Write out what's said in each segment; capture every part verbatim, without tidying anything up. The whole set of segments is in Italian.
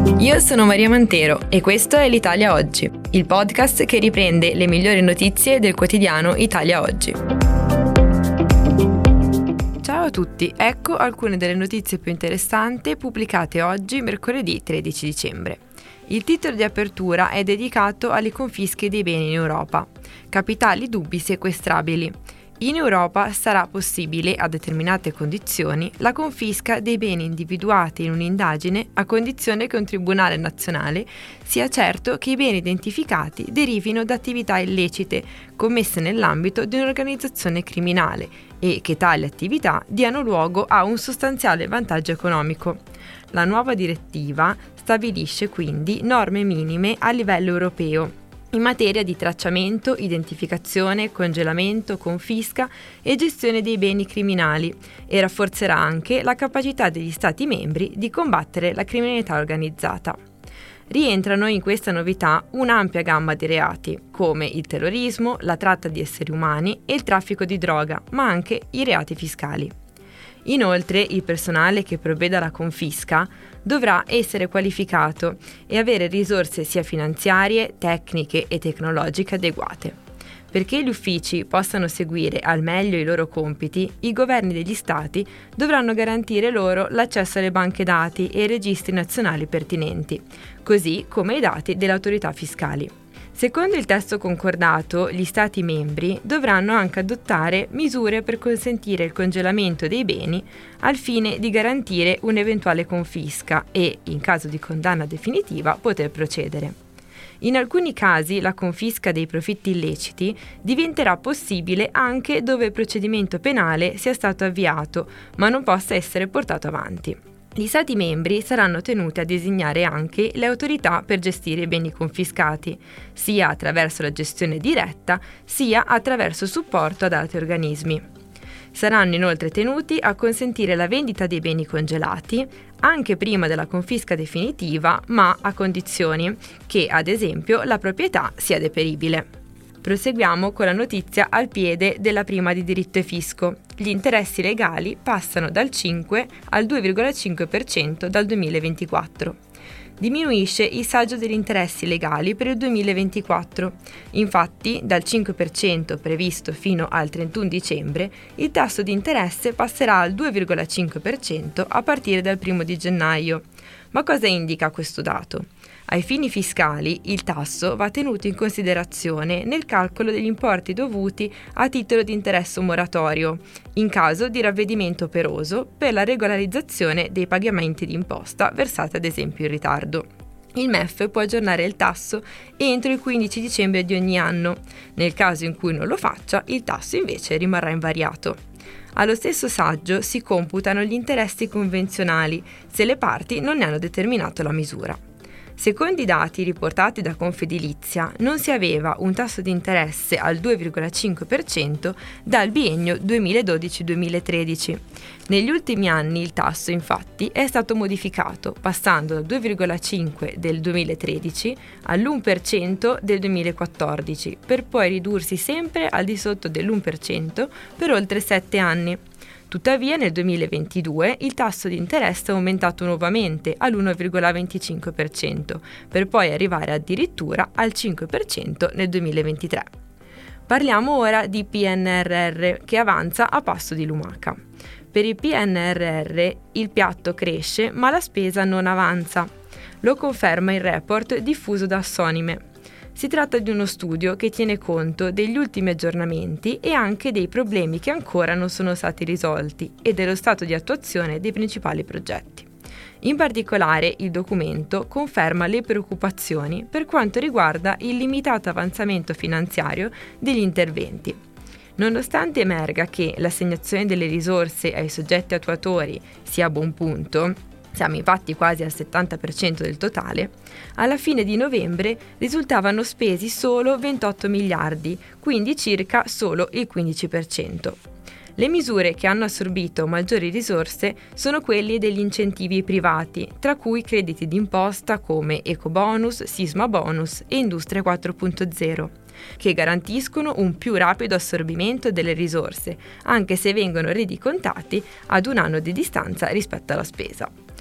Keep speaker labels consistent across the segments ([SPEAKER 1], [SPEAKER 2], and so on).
[SPEAKER 1] Io sono Maria Mantero e questo è l'Italia Oggi, il podcast che riprende le migliori notizie del quotidiano Italia Oggi. Ciao a tutti, ecco alcune delle notizie più interessanti pubblicate oggi, mercoledì tredici dicembre. Il titolo di apertura è dedicato alle confische dei beni in Europa. Capitali dubbi sequestrabili. In Europa sarà possibile, a determinate condizioni, la confisca dei beni individuati in un'indagine a condizione che un tribunale nazionale sia certo che i beni identificati derivino da attività illecite commesse nell'ambito di un'organizzazione criminale e che tali attività diano luogo a un sostanziale vantaggio economico. La nuova direttiva stabilisce quindi norme minime a livello europeo in materia di tracciamento, identificazione, congelamento, confisca e gestione dei beni criminali e rafforzerà anche la capacità degli Stati membri di combattere la criminalità organizzata. Rientrano in questa novità un'ampia gamma di reati, come il terrorismo, la tratta di esseri umani e il traffico di droga, ma anche i reati fiscali. Inoltre, il personale che provveda alla confisca dovrà essere qualificato e avere risorse sia finanziarie, tecniche e tecnologiche adeguate. Perché gli uffici possano seguire al meglio i loro compiti, i governi degli Stati dovranno garantire loro l'accesso alle banche dati e ai registri nazionali pertinenti, così come i dati delle autorità fiscali. Secondo il testo concordato, gli Stati membri dovranno anche adottare misure per consentire il congelamento dei beni al fine di garantire un'eventuale confisca e, in caso di condanna definitiva, poter procedere. In alcuni casi la confisca dei profitti illeciti diventerà possibile anche dove il procedimento penale sia stato avviato, ma non possa essere portato avanti. Gli Stati membri saranno tenuti a designare anche le autorità per gestire i beni confiscati, sia attraverso la gestione diretta, sia attraverso supporto ad altri organismi. Saranno inoltre tenuti a consentire la vendita dei beni congelati anche prima della confisca definitiva, ma a condizioni che, ad esempio, la proprietà sia deperibile. Proseguiamo con la notizia al piede della prima di diritto e fisco. Gli interessi legali passano dal cinque al due virgola cinque per cento dal duemilaventiquattro. Diminuisce il saggio degli interessi legali per il duemilaventiquattro. Infatti, dal cinque per cento previsto fino al trentuno dicembre, il tasso di interesse passerà al due virgola cinque per cento a partire dal primo di gennaio. Ma cosa indica questo dato? Ai fini fiscali, il tasso va tenuto in considerazione nel calcolo degli importi dovuti a titolo di interesse moratorio, in caso di ravvedimento operoso per la regolarizzazione dei pagamenti di imposta versati ad esempio in ritardo. Il M E F può aggiornare il tasso entro il quindici dicembre di ogni anno. Nel caso in cui non lo faccia, il tasso invece rimarrà invariato. Allo stesso saggio si computano gli interessi convenzionali se le parti non ne hanno determinato la misura. Secondo i dati riportati da Confedilizia, non si aveva un tasso di interesse al due virgola cinque per cento dal biennio duemiladodici duemilatredici. Negli ultimi anni il tasso, infatti, è stato modificato, passando dal due virgola cinque per cento del duemilatredici all'uno per cento del duemilaquattordici, per poi ridursi sempre al di sotto dell'uno per cento per oltre sette anni. Tuttavia nel duemilaventidue il tasso di interesse è aumentato nuovamente all'uno virgola venticinque per cento, per poi arrivare addirittura al cinque per cento nel duemilaventitré. Parliamo ora di P N R R che avanza a passo di lumaca. Per il P N R R il piatto cresce ma la spesa non avanza. Lo conferma il report diffuso da Assonime. Si tratta di uno studio che tiene conto degli ultimi aggiornamenti e anche dei problemi che ancora non sono stati risolti e dello stato di attuazione dei principali progetti. In particolare, il documento conferma le preoccupazioni per quanto riguarda il limitato avanzamento finanziario degli interventi. Nonostante emerga che l'assegnazione delle risorse ai soggetti attuatori sia a buon punto, siamo infatti quasi al settanta per cento del totale, alla fine di novembre risultavano spesi solo ventotto miliardi, quindi circa solo il quindici per cento. Le misure che hanno assorbito maggiori risorse sono quelle degli incentivi privati, tra cui crediti d'imposta come Ecobonus, Sisma Bonus e Industria quattro punto zero, che garantiscono un più rapido assorbimento delle risorse, anche se vengono rendicontati ad un anno di distanza rispetto alla spesa.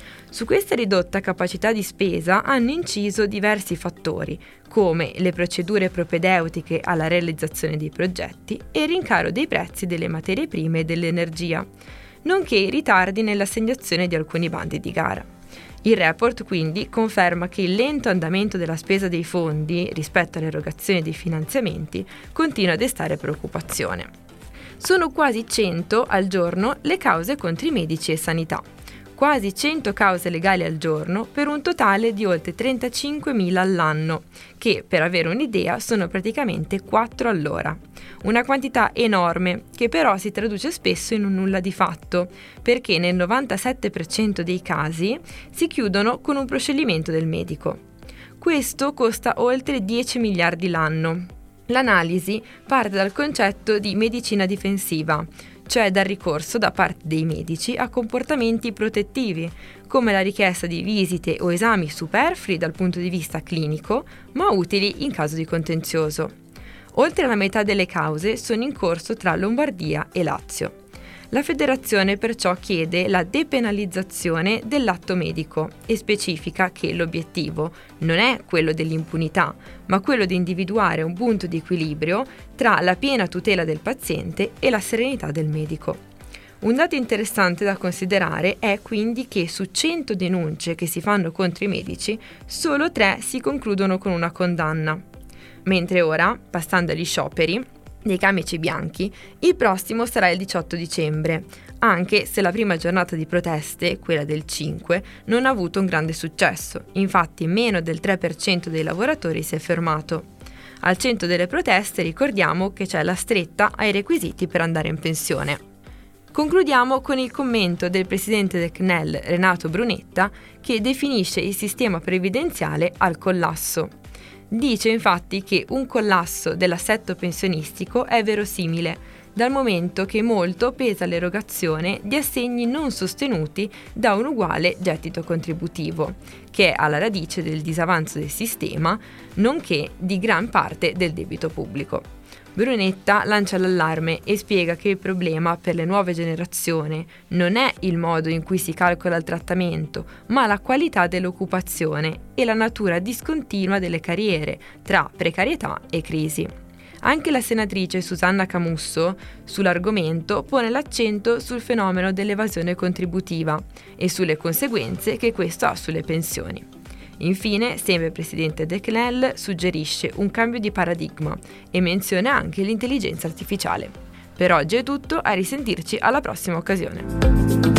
[SPEAKER 1] Su questa ridotta capacità di spesa hanno inciso diversi fattori, come le procedure propedeutiche alla realizzazione dei progetti e il rincaro dei prezzi delle materie prime e dell'energia, nonché i ritardi nell'assegnazione di alcuni bandi di gara. Il report quindi conferma che il lento andamento della spesa dei fondi rispetto all'erogazione dei finanziamenti continua a destare preoccupazione. Sono quasi cento al giorno le cause contro i medici e sanità. Quasi cento cause legali al giorno per un totale di oltre trentacinquemila all'anno, che per avere un'idea sono praticamente quattro all'ora. Una quantità enorme che però si traduce spesso in un nulla di fatto, perché nel novantasette per cento dei casi si chiudono con un proscioglimento del medico. Questo costa oltre dieci miliardi l'anno. L'analisi parte dal concetto di medicina difensiva, cioè dal ricorso da parte dei medici a comportamenti protettivi, come la richiesta di visite o esami superflui dal punto di vista clinico, ma utili in caso di contenzioso. Oltre la metà delle cause sono in corso tra Lombardia e Lazio. La federazione perciò chiede la depenalizzazione dell'atto medico e specifica che l'obiettivo non è quello dell'impunità, ma quello di individuare un punto di equilibrio tra la piena tutela del paziente e la serenità del medico. Un dato interessante da considerare è quindi che su cento denunce che si fanno contro i medici, solo tre si concludono con una condanna. Mentre ora, passando agli scioperi dei camici bianchi, il prossimo sarà il diciotto dicembre, anche se la prima giornata di proteste, quella del cinque, non ha avuto un grande successo. Infatti meno del tre per cento dei lavoratori si è fermato. Al centro delle proteste ricordiamo che c'è la stretta ai requisiti per andare in pensione. Concludiamo con il commento del presidente del C N E L, Renato Brunetta, che definisce il sistema previdenziale al collasso. Dice infatti che un collasso dell'assetto pensionistico è verosimile, dal momento che molto pesa l'erogazione di assegni non sostenuti da un uguale gettito contributivo, che è alla radice del disavanzo del sistema, nonché di gran parte del debito pubblico. Brunetta lancia l'allarme e spiega che il problema per le nuove generazioni non è il modo in cui si calcola il trattamento, ma la qualità dell'occupazione e la natura discontinua delle carriere, tra precarietà e crisi. Anche la senatrice Susanna Camusso, sull'argomento, pone l'accento sul fenomeno dell'evasione contributiva e sulle conseguenze che questo ha sulle pensioni. Infine, sempre il presidente del C N E L suggerisce un cambio di paradigma e menziona anche l'intelligenza artificiale. Per oggi è tutto, a risentirci alla prossima occasione.